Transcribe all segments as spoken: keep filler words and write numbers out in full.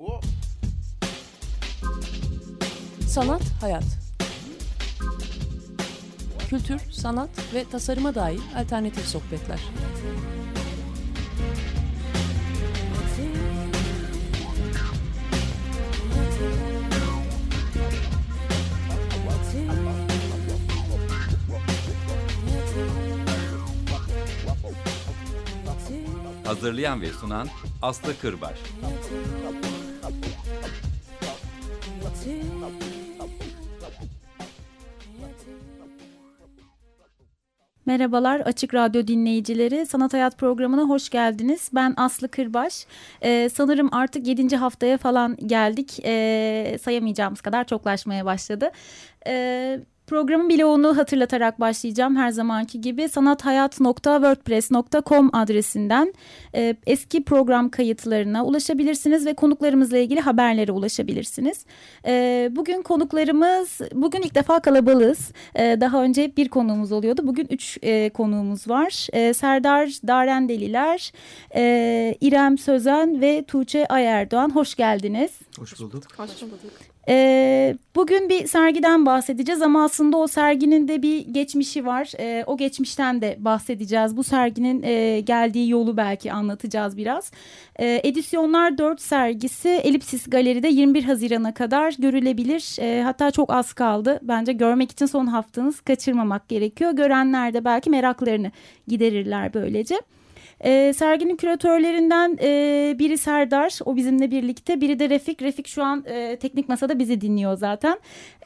Sanat, hayat. Kültür, sanat ve tasarıma dair alternatif sohbetler. Hazırlayan ve sunan Aslı Kırbaş. Merhabalar Açık Radyo dinleyicileri, Sanat Hayat programına hoş geldiniz. Ben Aslı Kırbaş. Ee, sanırım artık yedinci haftaya falan geldik. Ee, sayamayacağımız kadar çoklaşmaya başladı. Ee, Programın bloğunu hatırlatarak başlayacağım her zamanki gibi. sanathayat nokta wordpress nokta com adresinden e, eski program kayıtlarına ulaşabilirsiniz ve konuklarımızla ilgili haberlere ulaşabilirsiniz. E, bugün konuklarımız, bugün ilk defa kalabalığız. E, daha önce hep bir konuğumuz oluyordu. Bugün üç e, konuğumuz var. E, Serdar Darendeliler, e, İrem Sözen ve Tuğçe Ayerdoğan. Hoş geldiniz. Hoş bulduk. Hoş bulduk. Ee, bugün bir sergiden bahsedeceğiz ama aslında o serginin de bir geçmişi var. Ee, o geçmişten de bahsedeceğiz. Bu serginin e, geldiği yolu belki anlatacağız biraz. Ee, Edisyonlar dört sergisi Elipsis Galeri'de yirmi bir Haziran'a kadar görülebilir. Ee, hatta çok az kaldı. Bence görmek için son haftanız kaçırmamak gerekiyor. Görenler de belki meraklarını giderirler böylece. E, serginin küratörlerinden e, biri Serdar, o bizimle birlikte, biri de Refik. Refik şu an e, teknik masada bizi dinliyor zaten.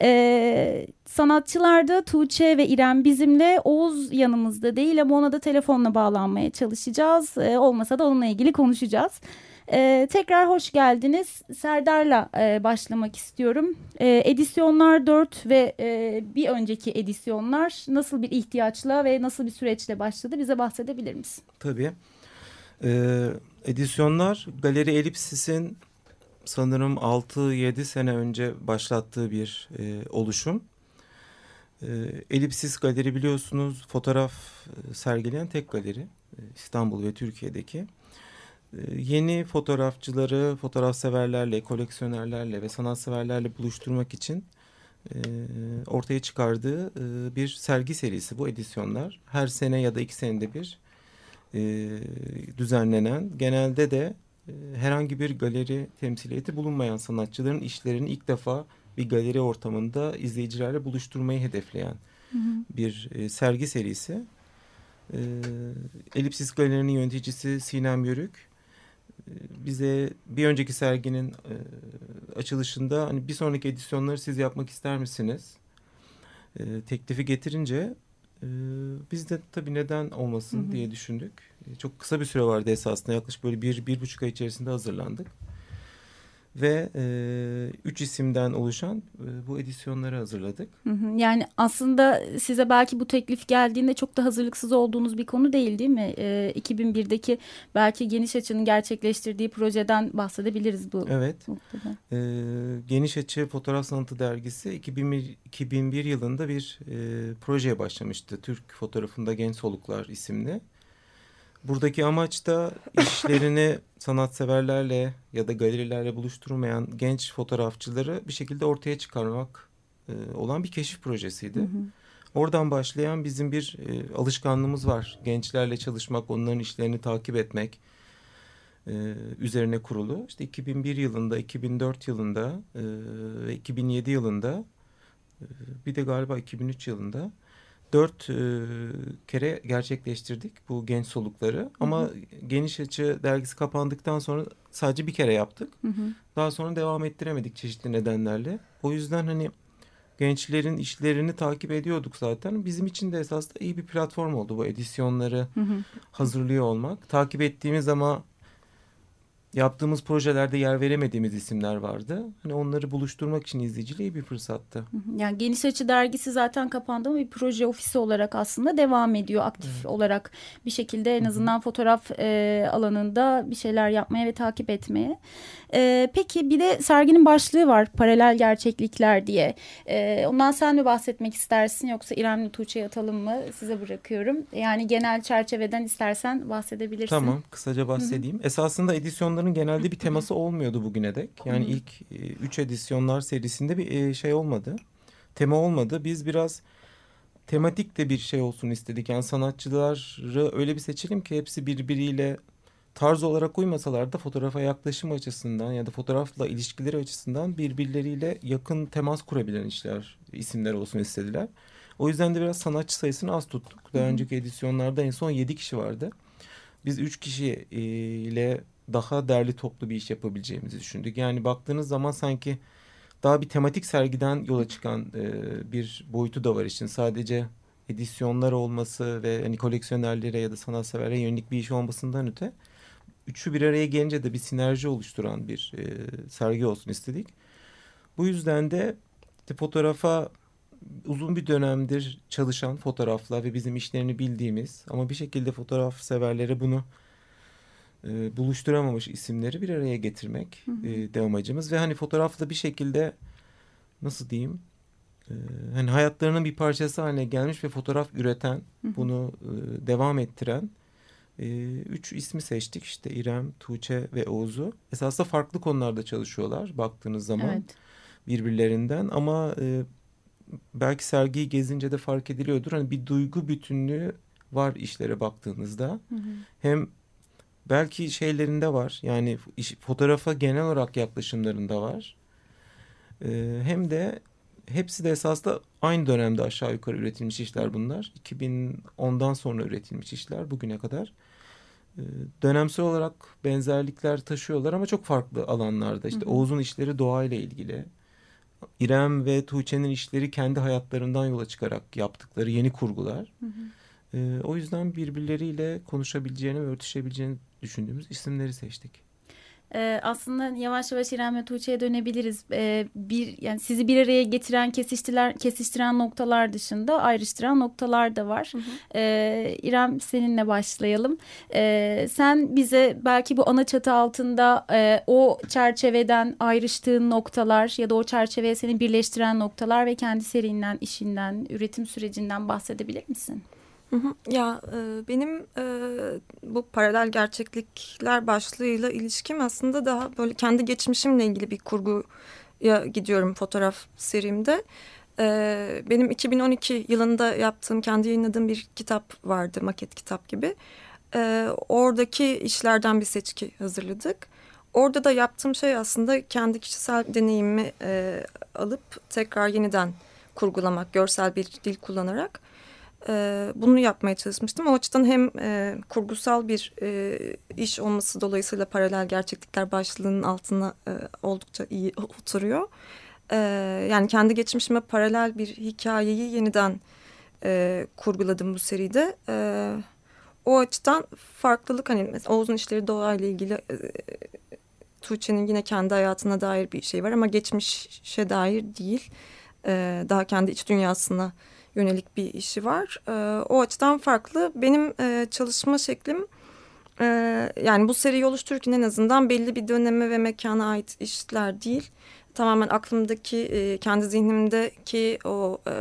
E, sanatçılarda Tuğçe ve İrem bizimle, Oğuz yanımızda değil ama ona da telefonla bağlanmaya çalışacağız. E, olmasa da onunla ilgili konuşacağız. Ee, tekrar hoş geldiniz. Serdar'la e, başlamak istiyorum. E, Edisyonlar dört ve e, bir önceki edisyonlar nasıl bir ihtiyaçla ve nasıl bir süreçle başladı? Bize bahsedebilir misin? Tabii. Ee, edisyonlar Galeri Elipsis'in sanırım altı yedi sene önce başlattığı bir e, oluşum. E, Elipsis Galeri biliyorsunuz fotoğraf e, sergileyen tek galeri e, İstanbul ve Türkiye'deki. Yeni fotoğrafçıları, fotoğraf severlerle, koleksiyonerlerle ve sanatseverlerle buluşturmak için e, ortaya çıkardığı e, bir sergi serisi bu edisyonlar. Her sene ya da iki senede bir e, düzenlenen, genelde de e, herhangi bir galeri temsiliyeti bulunmayan sanatçıların işlerini ilk defa bir galeri ortamında izleyicilerle buluşturmayı hedefleyen hı hı. bir e, sergi serisi. E, Elipsis Galeri'nin yöneticisi Sinem Yörük bize bir önceki serginin e, açılışında hani bir sonraki edisyonları siz yapmak ister misiniz e, teklifi getirince e, biz de tabii neden olmasın hı hı. diye düşündük. E, çok kısa bir süre vardı esasında, yaklaşık böyle bir, bir buçuk ay içerisinde hazırlandık. Ve e, üç isimden oluşan e, bu edisyonları hazırladık. Hı hı. Yani aslında size belki bu teklif geldiğinde çok da hazırlıksız olduğunuz bir konu değil, değil mi? E, iki bin birdeki belki Geniş Açı'nın gerçekleştirdiği projeden bahsedebiliriz bu. Evet. E, Geniş Açı Fotoğraf Sanatı Dergisi iki bin bir yılında bir e, projeye başlamıştı. Türk Fotoğrafında Genç Soluklar isimli. Buradaki amaç da işlerini sanatseverlerle ya da galerilerle buluşturmayan genç fotoğrafçıları bir şekilde ortaya çıkarmak e, olan bir keşif projesiydi. Hı hı. Oradan başlayan bizim bir e, alışkanlığımız var. Gençlerle çalışmak, onların işlerini takip etmek e, üzerine kurulu. İşte iki bin bir yılında, iki bin dört yılında e, ve iki bin yedi yılında e, bir de galiba iki bin üç yılında Dört e, kere gerçekleştirdik bu genç solukları. Hı hı. Ama Geniş Açı dergisi kapandıktan sonra sadece bir kere yaptık. Hı hı. Daha sonra devam ettiremedik çeşitli nedenlerle. O yüzden hani gençlerin işlerini takip ediyorduk zaten. Bizim için de esasında iyi bir platform oldu bu edisyonları hı hı. hazırlıyor olmak. Takip ettiğimiz ama yaptığımız projelerde yer veremediğimiz isimler vardı. Hani onları buluşturmak için izleyiciliğe bir fırsattı. Yani Geniş Açı dergisi zaten kapandı ama bir proje ofisi olarak aslında devam ediyor. Aktif evet. olarak bir şekilde en azından Hı-hı. fotoğraf e, alanında bir şeyler yapmaya ve takip etmeye. E, peki bir de serginin başlığı var, paralel gerçeklikler diye. E, ondan sen mi bahsetmek istersin yoksa İrem'le Tuğçe'ye atalım mı? Size bırakıyorum. Yani genel çerçeveden istersen bahsedebilirsin. Tamam, kısaca bahsedeyim. Hı-hı. Esasında edisyonların edisyonların genelde bir teması olmuyordu bugüne dek. Yani Hı hı. ilk e, üç edisyonlar serisinde bir e, şey olmadı. Tema olmadı. Biz biraz tematik de bir şey olsun istedik. Yani sanatçıları öyle bir seçelim ki hepsi birbiriyle tarz olarak uymasalar da fotoğrafa yaklaşım açısından ya da fotoğrafla ilişkileri açısından birbirleriyle yakın temas kurabilen işler, isimler olsun istediler. O yüzden de biraz sanatçı sayısını az tuttuk. Daha Hı hı. önceki edisyonlarda en son yedi kişi vardı. Biz üç kişiyle daha derli toplu bir iş yapabileceğimizi düşündük. Yani baktığınız zaman sanki daha bir tematik sergiden yola çıkan e, bir boyutu da var işin. Sadece edisyonlar olması ve hani koleksiyonerlere ya da sanatseverlere yönelik bir iş olmasından öte üçü bir araya gelince de bir sinerji oluşturan bir e, sergi olsun istedik. Bu yüzden de işte fotoğrafa uzun bir dönemdir çalışan fotoğrafla ve bizim işlerini bildiğimiz ama bir şekilde fotoğraf severlere bunu e, buluşturamamış isimleri bir araya getirmek Hı hı. e, de amacımız. Ve hani fotoğrafla bir şekilde nasıl diyeyim e, hani hayatlarının bir parçası haline gelmiş ve fotoğraf üreten, Hı hı. bunu e, devam ettiren e, üç ismi seçtik. İşte İrem, Tuğçe ve Oğuz'u. Esasında farklı konularda çalışıyorlar baktığınız zaman Evet. birbirlerinden ama e, belki sergiyi gezince de fark ediliyordur. Hani bir duygu bütünlüğü var işlere baktığınızda. Hı hı. Hem belki şeylerinde var. Yani iş, fotoğrafa genel olarak yaklaşımlarında var. Ee, hem de hepsi de esasında aynı dönemde aşağı yukarı üretilmiş işler bunlar. iki bin ondan sonra üretilmiş işler bugüne kadar. Ee, dönemsel olarak benzerlikler taşıyorlar ama çok farklı alanlarda. İşte Hı hı. Oğuz'un işleri doğayla ilgili. İrem ve Tuğçe'nin işleri kendi hayatlarından yola çıkarak yaptıkları yeni kurgular. Hı hı. Ee, o yüzden birbirleriyle konuşabileceğini ve örtüşebileceğini düşündüğümüz isimleri seçtik. Ee, aslında yavaş yavaş İrem ve Tuğçe'ye dönebiliriz. Ee, bir yani sizi bir araya getiren, kesiştiler, kesiştiren noktalar dışında ayrıştıran noktalar da var. Hı hı. Ee, İrem seninle başlayalım. Ee, sen bize belki bu ana çatı altında e, o çerçeveden ayrıştığın noktalar ya da o çerçeveye seni birleştiren noktalar ve kendi serinden, işinden, üretim sürecinden bahsedebilir misin? Hı hı. Ya e, benim e, bu paralel gerçeklikler başlığıyla ilişkim aslında daha böyle kendi geçmişimle ilgili bir kurguya gidiyorum fotoğraf serimde. E, benim iki bin on iki yılında yaptığım, kendi yayınladığım bir kitap vardı, maket kitap gibi. E, oradaki işlerden bir seçki hazırladık. Orada da yaptığım şey aslında kendi kişisel deneyimimi e, alıp tekrar yeniden kurgulamak, görsel bir dil kullanarak. Ee, bunu yapmaya çalışmıştım. O açıdan hem e, kurgusal bir e, iş olması dolayısıyla paralel gerçeklikler başlığının altına e, oldukça iyi oturuyor. E, yani kendi geçmişime paralel bir hikayeyi yeniden e, kurguladım bu seride. E, o açıdan farklılık, hani mesela Oğuz'un işleri doğayla ilgili, e, Tuğçe'nin yine kendi hayatına dair bir şey var ama geçmişe dair değil. E, daha kendi iç dünyasına yönelik bir işi var. E, o açıdan farklı. Benim e, çalışma şeklim e, yani bu seriyi oluştururken en azından belli bir döneme ve mekana ait işler değil. Tamamen aklımdaki, e, kendi zihnimdeki o e,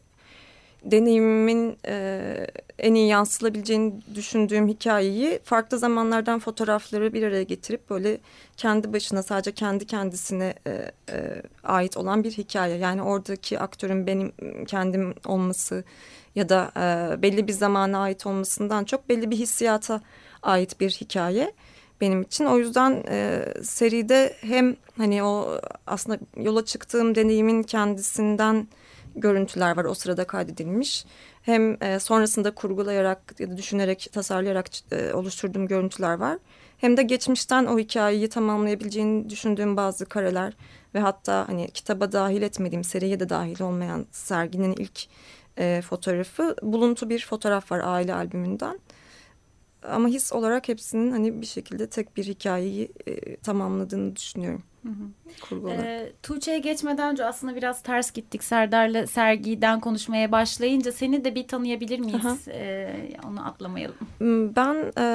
deneyimimin e, en iyi yansılabileceğini düşündüğüm hikayeyi farklı zamanlardan fotoğrafları bir araya getirip böyle kendi başına, sadece kendi kendisine e, e, ait olan bir hikaye. Yani oradaki aktörün benim kendim olması ya da e, belli bir zamana ait olmasından çok belli bir hissiyata ait bir hikaye benim için. O yüzden e, seride hem hani o aslında yola çıktığım deneyimin kendisinden görüntüler var, o sırada kaydedilmiş. Hem e, sonrasında kurgulayarak ya da düşünerek, tasarlayarak e, oluşturduğum görüntüler var. Hem de geçmişten o hikayeyi tamamlayabileceğini düşündüğüm bazı kareler ve hatta hani kitaba dahil etmediğim, seriye de dahil olmayan serginin ilk e, fotoğrafı, buluntu bir fotoğraf var aile albümünden. Ama his olarak hepsinin hani bir şekilde tek bir hikayeyi e, tamamladığını düşünüyorum. Hı hı. Kurgu olarak. E, Tuğçe'ye geçmeden önce aslında biraz ters gittik. Serdar'la sergiden konuşmaya başlayınca seni de bir tanıyabilir miyiz? E, onu atlamayalım. Ben e,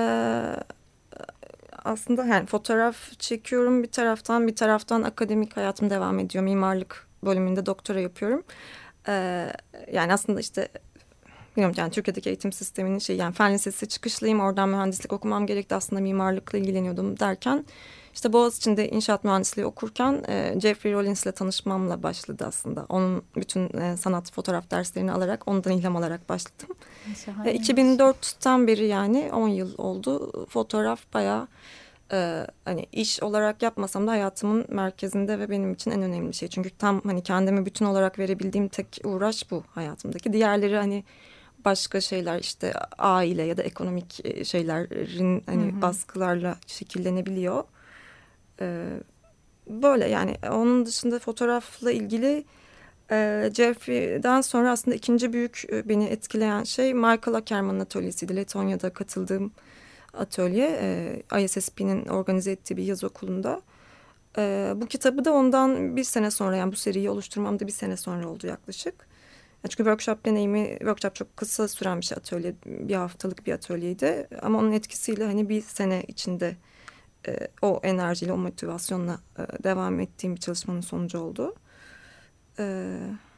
aslında yani fotoğraf çekiyorum bir taraftan, bir taraftan akademik hayatım devam ediyor. Mimarlık bölümünde doktora yapıyorum. E, yani aslında işte bilmiyorum, yani Türkiye'deki eğitim sisteminin şey, yani fen lisesi çıkışlıyım, oradan mühendislik okumam gerekti, aslında mimarlıkla ilgileniyordum derken İşte Boğaziçi'nde inşaat mühendisliği okurken e, Jeffrey Rollins'le tanışmamla başladı aslında. Onun bütün e, sanat fotoğraf derslerini alarak, ondan ilham alarak başladım. E, iki bin dörtten beri yani on yıl oldu. Fotoğraf bayağı e, hani iş olarak yapmasam da hayatımın merkezinde ve benim için en önemli şey. Çünkü tam hani kendimi bütün olarak verebildiğim tek uğraş bu hayatımdaki. Diğerleri hani başka şeyler, işte aile ya da ekonomik şeylerin hani hı hı. baskılarla şekillenebiliyor. Ee, böyle yani onun dışında fotoğrafla ilgili e, Jeffrey'den sonra aslında ikinci büyük e, beni etkileyen şey Michael Ackerman'ın atölyesiydi. Letonya'da katıldığım atölye e, I S S P'nin organize ettiği bir yaz okulunda. E, bu kitabı da ondan bir sene sonra, yani bu seriyi oluşturmamda bir sene sonra oldu yaklaşık. Çünkü workshop deneyimi, workshop çok kısa süren bir şey, atölye, bir haftalık bir atölyeydi. Ama onun etkisiyle hani bir sene içinde e, o enerjiyle, o motivasyonla e, devam ettiğim bir çalışmanın sonucu oldu. E,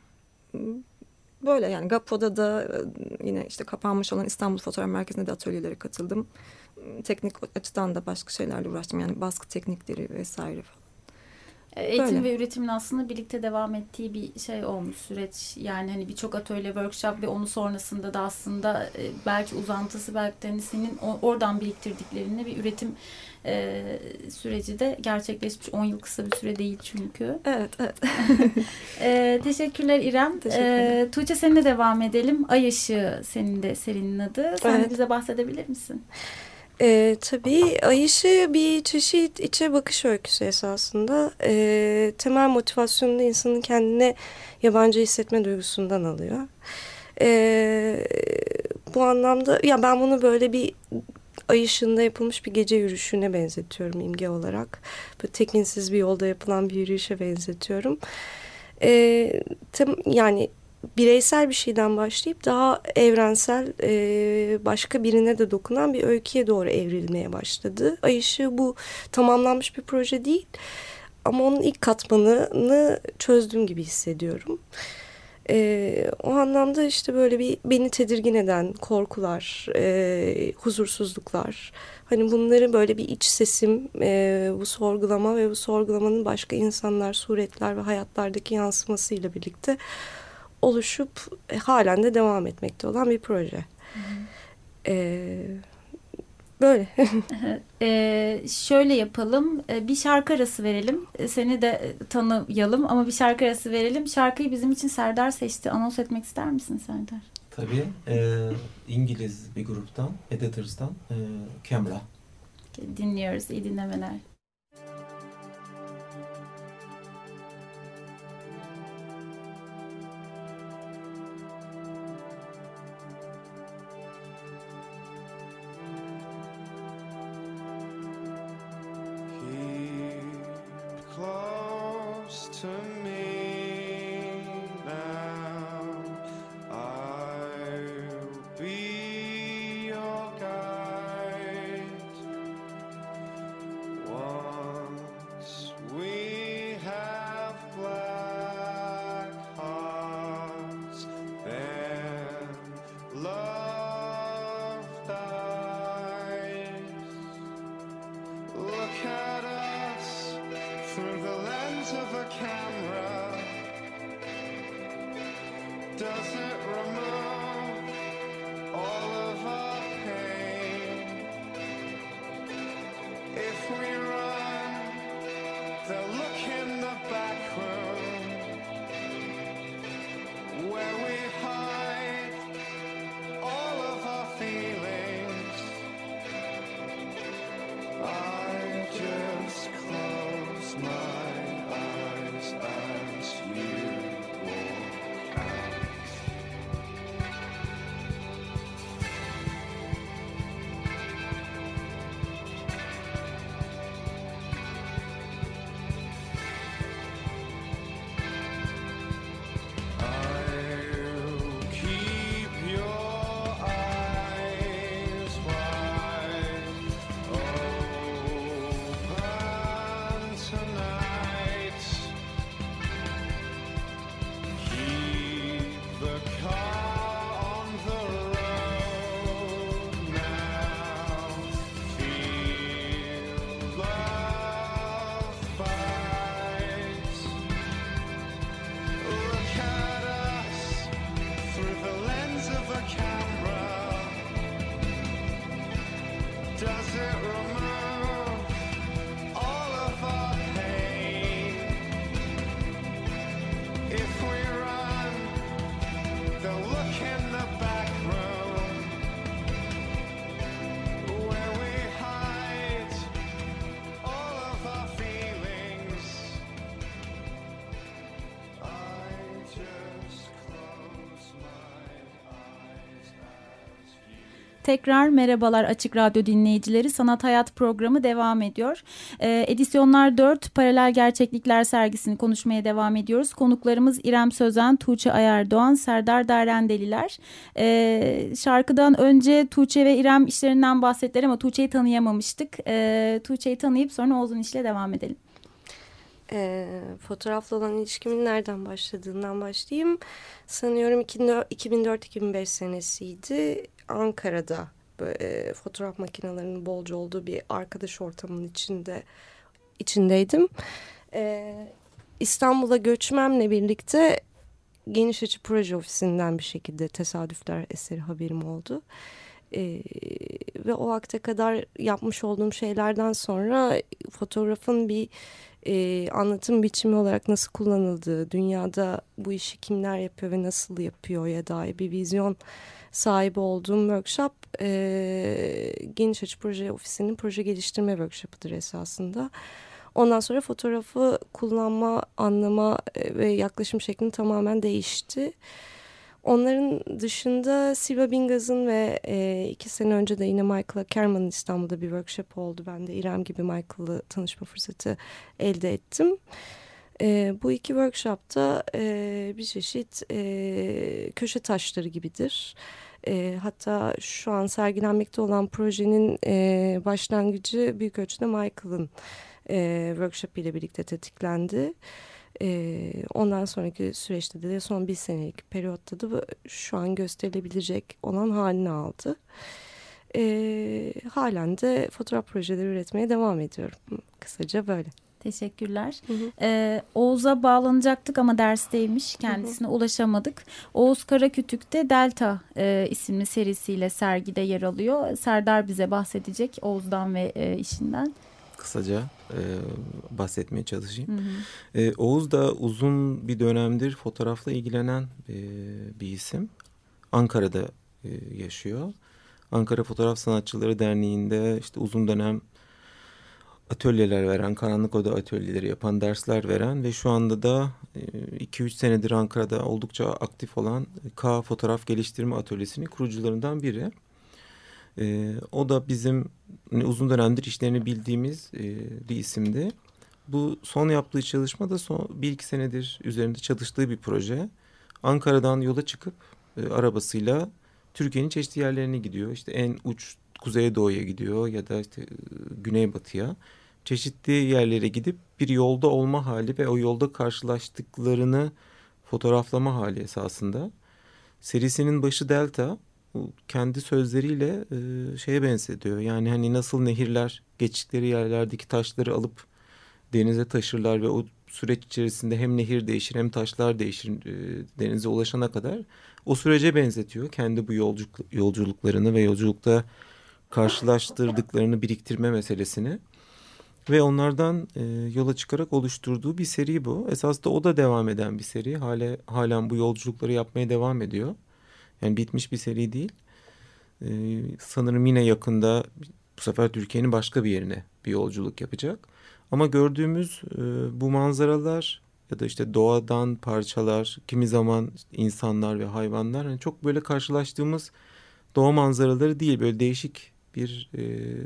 böyle yani G A P O'da da e, yine işte kapanmış olan İstanbul Fotoğraf Merkezi'nde de atölyelere katıldım. Teknik açıdan da başka şeylerle uğraştım, yani baskı teknikleri vesaire falan. Eğitim Böyle. ve üretimin aslında birlikte devam ettiği bir şey olmuş süreç. Yani hani birçok atölye, workshop ve onun sonrasında da aslında belki uzantısı, belki de hani senin oradan biriktirdiklerini bir üretim e, süreci de gerçekleşmiş. on yıl kısa bir süre değil çünkü. Evet, evet. e, teşekkürler İrem. Teşekkürler. E, Tuğçe, seninle devam edelim. Ay Işığı senin de serinin adı. Sen evet. de bize bahsedebilir misin? Ee, tabii Ay Işığı bir çeşit içe bakış öyküsü esasında. Ee, temel motivasyonunu insanın kendine yabancı hissetme duygusundan alıyor. Ee, bu anlamda ya ben bunu böyle bir ay ışığında yapılmış bir gece yürüyüşüne benzetiyorum imge olarak. Böyle tekinsiz bir yolda yapılan bir yürüyüşe benzetiyorum. Ee, tem, yani bireysel bir şeyden başlayıp daha evrensel, e, başka birine de dokunan bir öyküye doğru evrilmeye başladı. Ay Işığı bu tamamlanmış bir proje değil ama onun ilk katmanını çözdüğüm gibi hissediyorum. E, o anlamda işte böyle bir beni tedirgin eden korkular, e, huzursuzluklar, hani bunları böyle bir iç sesim, e, bu sorgulama ve bu sorgulamanın başka insanlar, suretler ve hayatlardaki yansımasıyla birlikte oluşup e, halen de devam etmekte olan bir proje. Hı hı. Ee, böyle. ee, şöyle yapalım. Ee, bir şarkı arası verelim. Ee, seni de tanıyalım ama bir şarkı arası verelim. Şarkıyı bizim için Serdar seçti. Anons etmek ister misin Serdar? Tabii. E, İngiliz bir gruptan, Editors'tan e, Camera. Dinliyoruz. İyi dinlemeler. Tonight Tekrar merhabalar Açık Radyo dinleyicileri. Sanat Hayat programı devam ediyor. Ee, Edisyonlar dört Paralel Gerçeklikler sergisini konuşmaya devam ediyoruz. Konuklarımız İrem Sözen, Tuğçe Ayardoğan, Serdar Darendeliler. Ee, şarkıdan önce Tuğçe ve İrem işlerinden bahsettiler ama Tuğçe'yi tanıyamamıştık. Ee, Tuğçe'yi tanıyıp sonra Oğuz'un işle devam edelim. E, fotoğrafla olan ilişkimin nereden başladığından başlayayım. Sanıyorum iki bin dört iki bin beş senesiydi. Ankara'da böyle, fotoğraf makinelerinin bolca olduğu bir arkadaş ortamının içinde içindeydim. E, İstanbul'a göçmemle birlikte Geniş Açı Proje Ofisi'nden bir şekilde tesadüfler eseri haberim oldu. Ee, ve o vakte kadar yapmış olduğum şeylerden sonra fotoğrafın bir e, anlatım biçimi olarak nasıl kullanıldığı, dünyada bu işi kimler yapıyor ve nasıl yapıyor ya dair bir vizyon sahibi olduğum workshop e, Geniş Açı Proje Ofisi'nin proje geliştirme workshop'ıdır esasında. Ondan sonra fotoğrafı kullanma, anlama ve yaklaşım şeklim tamamen değişti. Onların dışında Silva Bingaz'ın ve e, iki sene önce de yine Michael Ackerman'ın İstanbul'da bir workshop oldu. Ben de İrem gibi Michael'ı tanışma fırsatı elde ettim. E, bu iki workshop'ta e, bir çeşit e, köşe taşları gibidir. E, hatta şu an sergilenmekte olan projenin e, başlangıcı büyük ölçüde Michael'ın e, workshop ile birlikte tetiklendi. Ee, ondan sonraki süreçte de son bir senelik periyotta da şu an gösterilebilecek olan halini aldı. Ee, halen de fotoğraf projeleri üretmeye devam ediyorum. Kısaca böyle. Teşekkürler. Hı hı. Ee, Oğuz'a bağlanacaktık ama dersteymiş. Kendisine hı hı. ulaşamadık. Oğuz Karakütük'te Delta e, isimli serisiyle sergide yer alıyor. Serdar bize bahsedecek Oğuz'dan ve e, işinden. Kısaca e, bahsetmeye çalışayım. Hı hı. E, Oğuz da uzun bir dönemdir fotoğrafla ilgilenen e, bir isim. Ankara'da e, yaşıyor. Ankara Fotoğraf Sanatçıları Derneği'nde işte uzun dönem atölyeler veren, karanlık oda atölyeleri yapan, dersler veren ve şu anda da iki üç senedir Ankara'da oldukça aktif olan K Fotoğraf Geliştirme Atölyesi'nin kurucularından biri. Ee, o da bizim hani, uzun dönemdir işlerini bildiğimiz e, bir isimdi. Bu son yaptığı çalışma da son bir iki senedir üzerinde çalıştığı bir proje. Ankara'dan yola çıkıp e, arabasıyla Türkiye'nin çeşitli yerlerine gidiyor. İşte en uç kuzeydoğuya gidiyor ya da işte güneybatıya. Çeşitli yerlere gidip bir yolda olma hali ve o yolda karşılaştıklarını fotoğraflama hali esasında. Serisinin başı Delta. Kendi sözleriyle e, şeye benzetiyor. Yani hani nasıl nehirler geçtikleri yerlerdeki taşları alıp denize taşırlar ve o süreç içerisinde hem nehir değişir hem taşlar değişir e, denize ulaşana kadar. O sürece benzetiyor. Kendi bu yolculuk, yolculuklarını ve yolculukta karşılaştırdıklarını biriktirme meselesini. Ve onlardan e, yola çıkarak oluşturduğu bir seri bu. Esasında o da devam eden bir seri. Hale, halen bu yolculukları yapmaya devam ediyor. Yani bitmiş bir seri değil. Ee, sanırım yine yakında bu sefer Türkiye'nin başka bir yerine bir yolculuk yapacak. Ama gördüğümüz e, bu manzaralar ya da işte doğadan parçalar, kimi zaman işte insanlar ve hayvanlar hani çok böyle karşılaştığımız doğa manzaraları değil. Böyle değişik bir e,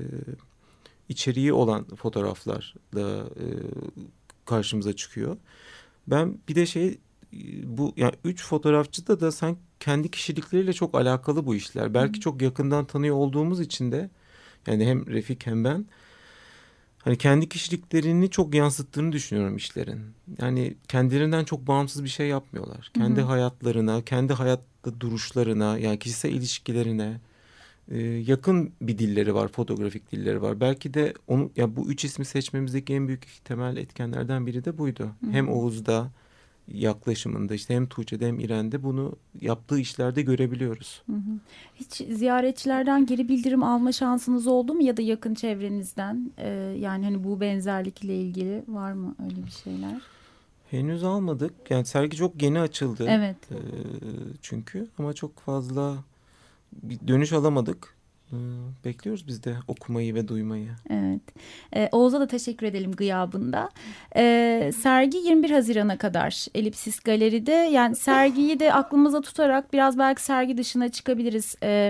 içeriği olan fotoğraflarla e, karşımıza çıkıyor. Ben bir de şey bu yani üç fotoğrafçıda da sanki kendi kişilikleriyle çok alakalı bu işler. Belki çok yakından tanıyor olduğumuz için de yani hem Refik hem ben hani kendi kişiliklerini çok yansıttığını düşünüyorum işlerin. Yani kendilerinden çok bağımsız bir şey yapmıyorlar. Kendi hı hı. hayatlarına, kendi hayatta duruşlarına, yani kişisel ilişkilerine e, yakın bir dilleri var, fotoğrafik dilleri var. Belki de onu ya bu üç ismi seçmemizdeki en büyük temel etkenlerden biri de buydu. Hı hı. Hem Oğuz'da yaklaşımında işte hem Tuğçe'de hem İren'de bunu yaptığı işlerde görebiliyoruz. Hı hı. Hiç ziyaretçilerden geri bildirim alma şansınız oldu mu ya da yakın çevrenizden? Ee, yani hani bu benzerlikle ilgili var mı öyle bir şeyler? Henüz almadık. Yani sergi çok yeni açıldı. Evet. Ee, çünkü ama çok fazla bir dönüş alamadık. Bekliyoruz biz de okumayı ve duymayı. Evet. Ee, Oğuz'a da teşekkür edelim gıyabında. Ee, sergi yirmi bir Haziran'a kadar Elipsis Galeri'de. Yani sergiyi de aklımıza tutarak biraz belki sergi dışına çıkabiliriz. Ee,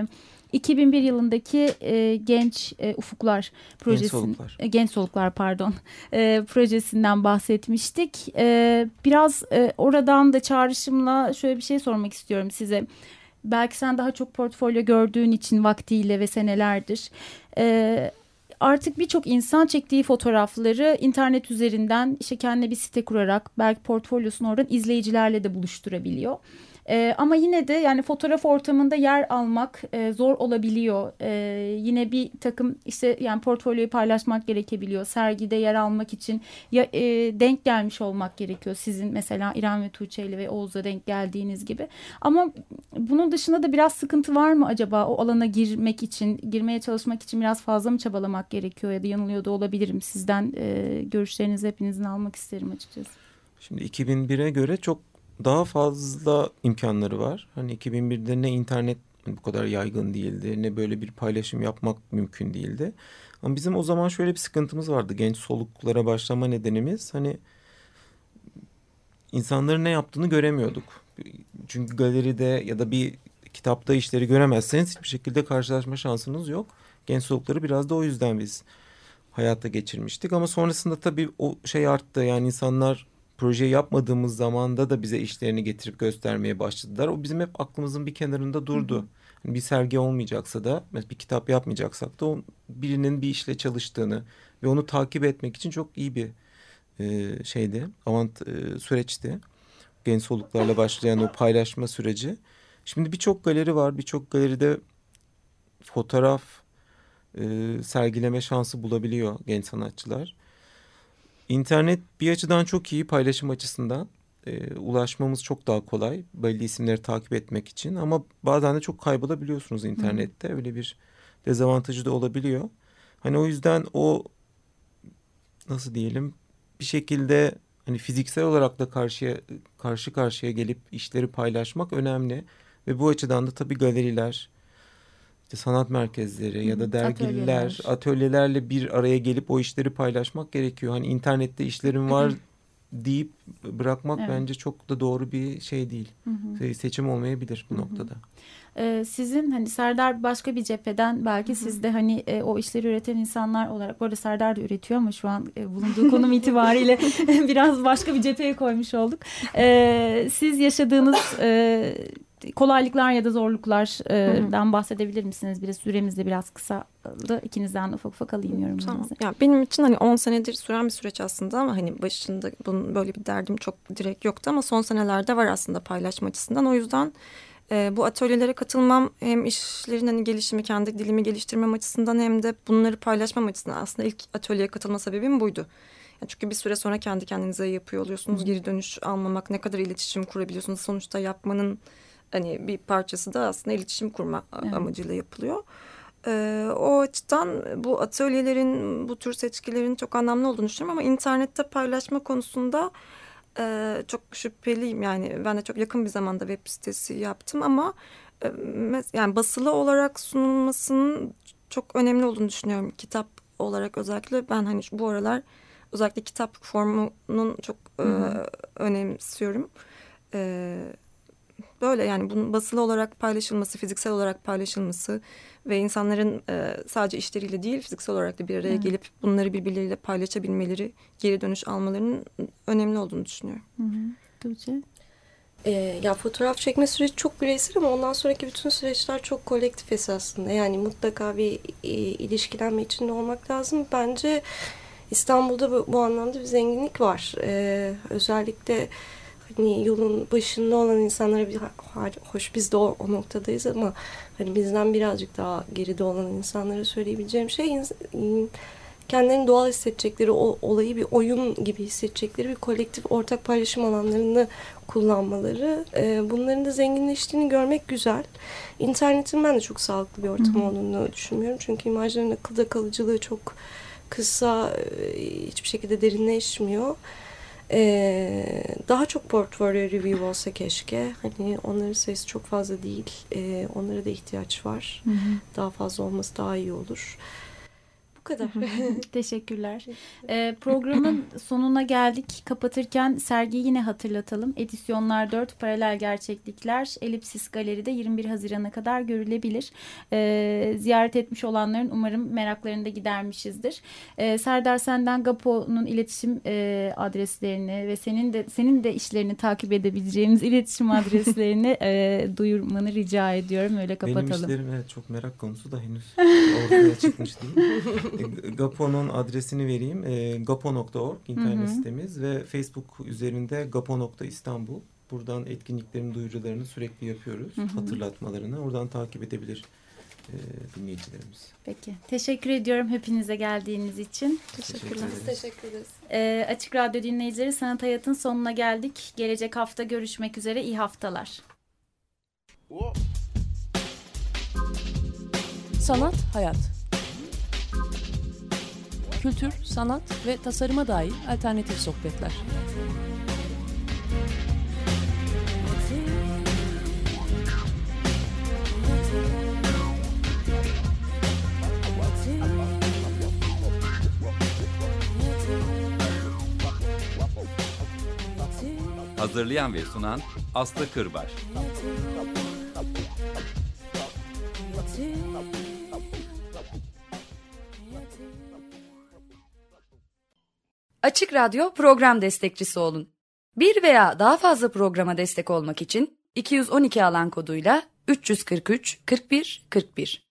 iki bin bir yılındaki e, Genç e, Ufuklar projesi, Genç Soluklar, e, Genç Soluklar pardon, e, projesinden bahsetmiştik. E, biraz e, oradan da çağrışımla şöyle bir şey sormak istiyorum size. Belki sen daha çok portfolyo gördüğün için vaktiyle ve senelerdir. E, artık birçok insan çektiği fotoğrafları internet üzerinden işte kendine bir site kurarak belki portfolyosunu oradan izleyicilerle de buluşturabiliyor. Ee, ama yine de yani fotoğraf ortamında yer almak e, zor olabiliyor. Ee, yine bir takım işte yani portfolyoyu paylaşmak gerekebiliyor. Sergide yer almak için ya e, denk gelmiş olmak gerekiyor. Sizin mesela İrem ve Tuğçe ile ve Oğuz'a denk geldiğiniz gibi. Ama bunun dışında da biraz sıkıntı var mı acaba? O alana girmek için, girmeye çalışmak için biraz fazla mı çabalamak gerekiyor ya da yanılıyor da olabilirim. Sizden e, görüşlerinizi hepinizin almak isterim açıkçası. Şimdi iki bin bire göre çok daha fazla imkanları var. Hani iki bin birde ne internet bu kadar yaygın değildi, ne böyle bir paylaşım yapmak mümkün değildi. Ama bizim o zaman şöyle bir sıkıntımız vardı. Genç soluklara başlama nedenimiz hani insanların ne yaptığını göremiyorduk. Çünkü galeride ya da bir kitapta işleri göremezseniz hiçbir şekilde karşılaşma şansınız yok. Genç solukları biraz da o yüzden biz hayata geçirmiştik. Ama sonrasında tabii o şey arttı. Yani insanlar proje yapmadığımız zamanda da bize işlerini getirip göstermeye başladılar. O bizim hep aklımızın bir kenarında durdu. Hı hı. Yani bir sergi olmayacaksa da, bir kitap yapmayacaksak da birinin bir işle çalıştığını ve onu takip etmek için çok iyi bir e, şeydi, avant e, süreçti. Genç soluklarla başlayan o paylaşma süreci. Şimdi birçok galeri var, birçok galeride fotoğraf e, sergileme şansı bulabiliyor genç sanatçılar. İnternet bir açıdan çok iyi, paylaşım açısından e, ulaşmamız çok daha kolay belli isimleri takip etmek için, ama bazen de çok kaybolabiliyorsunuz internette. Hı. Öyle bir dezavantajı da olabiliyor. Hani o yüzden o nasıl diyelim bir şekilde hani fiziksel olarak da karşıya karşı karşıya gelip işleri paylaşmak önemli ve bu açıdan da tabii galeriler, İşte sanat merkezleri, hı, ya da dergiler, atölyeler. atölyelerle bir araya gelip o işleri paylaşmak gerekiyor. Hani internette işlerim var deyip bırakmak, evet, bence çok da doğru bir şey değil. Hı hı. Seçim olmayabilir bu, hı hı, noktada. Ee, sizin hani Serdar başka bir cepheden belki, hı hı, siz de hani e, o işleri üreten insanlar olarak, bu arada Serdar da üretiyor ama şu an e, bulunduğu konum itibariyle biraz başka bir cepheye koymuş olduk. Ee, siz yaşadığınız e, kolaylıklar ya da zorluklardan bahsedebilir misiniz? Biraz süremiz de biraz kısaldı. İkinizden ufak ufak alayım yorumlarınızı. Tamam. Yani benim için hani on senedir süren bir süreç aslında, ama hani başında bunun böyle bir derdim çok direkt yoktu, ama son senelerde var aslında paylaşma açısından. O yüzden e, bu atölyelere katılmam hem işlerin hani gelişimi, kendi dilimi geliştirmem açısından hem de bunları paylaşmam açısından aslında ilk atölyeye katılma sebebim buydu. Yani çünkü bir süre sonra kendi kendinize yapıyor oluyorsunuz. Hı. Geri dönüş almamak, ne kadar iletişim kurabiliyorsunuz. Sonuçta yapmanın hani bir parçası da aslında iletişim kurma, evet, amacıyla yapılıyor. Ee, o açıdan bu atölyelerin, bu tür seçkilerin çok anlamlı olduğunu düşünüyorum, ama internette paylaşma konusunda e, çok şüpheliyim. Yani ben de çok yakın bir zamanda web sitesi yaptım, ama e, yani basılı olarak sunulmasının çok önemli olduğunu düşünüyorum. Kitap olarak özellikle ben hani bu aralar özellikle kitap formunun çok e, önemsiyorum. Evet. Böyle yani bunun basılı olarak paylaşılması, fiziksel olarak paylaşılması ve insanların e, sadece işleriyle değil fiziksel olarak da bir araya, evet, gelip bunları birbirleriyle paylaşabilmeleri, geri dönüş almalarının önemli olduğunu düşünüyorum. Hı hı. Tuğçe? E, ya fotoğraf çekme süreci çok bireysel, ama ondan sonraki bütün süreçler çok kolektif esasında. Yani mutlaka bir e, ilişkilenme içinde olmak lazım. Bence İstanbul'da bu, bu anlamda bir zenginlik var. E, özellikle hani yolun başında olan insanlara bir hoş biz de o, o noktadayız, ama hani bizden birazcık daha geride olan insanlara söyleyebileceğim şey, kendilerini doğal hissedecekleri, o olayı bir oyun gibi hissedecekleri bir kolektif ortak paylaşım alanlarını kullanmaları. E, bunların da zenginleştiğini görmek güzel. İnternetin ben de çok sağlıklı bir ortam, hı hı, olduğunu düşünmüyorum. Çünkü imajların akılda kalıcılığı çok kısa, hiçbir şekilde derinleşmiyor. Ee, daha çok portfolyo review olsa keşke. Hani onların sayısı çok fazla değil. Ee, onlara da ihtiyaç var. Hı hı. Daha fazla olması daha iyi olur. kadar. Teşekkürler. Ee, programın sonuna geldik. Kapatırken sergiyi yine hatırlatalım. Edisyonlar dört, Paralel Gerçeklikler, Elipsis Galeri'de yirmi bir Haziran'a kadar görülebilir. Ee, ziyaret etmiş olanların umarım meraklarını da gidermişizdir. Ee, Serdar, senden Gapo'nun iletişim e, adreslerini ve senin de senin de işlerini takip edebileceğimiz iletişim adreslerini e, duyurmanı rica ediyorum. Öyle kapatalım. Benim işlerim evet, çok merak konusu da henüz ortaya çıkmış değil. E, Gapo'nun adresini vereyim. E, gapo nokta org internet Hı hı. sitemiz ve Facebook üzerinde gapo nokta istanbul. Buradan etkinliklerin duyurularını sürekli yapıyoruz. Hı hı. Hatırlatmalarını. Oradan takip edebilir e, dinleyicilerimiz. Peki. Teşekkür ediyorum hepinize geldiğiniz için. Teşekkürler. Teşekkür ederiz. Ee, Açık Radyo dinleyicileri, Sanat Hayat'ın sonuna geldik. Gelecek hafta görüşmek üzere. İyi haftalar. Sanat, hayat. Kültür, sanat ve tasarıma dair alternatif sohbetler. Hazırlayan ve sunan Aslı Kırbaş. Açık Radyo program destekçisi olun. Bir veya daha fazla programa destek olmak için iki yüz on iki alan koduyla üç yüz kırk üç kırk bir kırk bir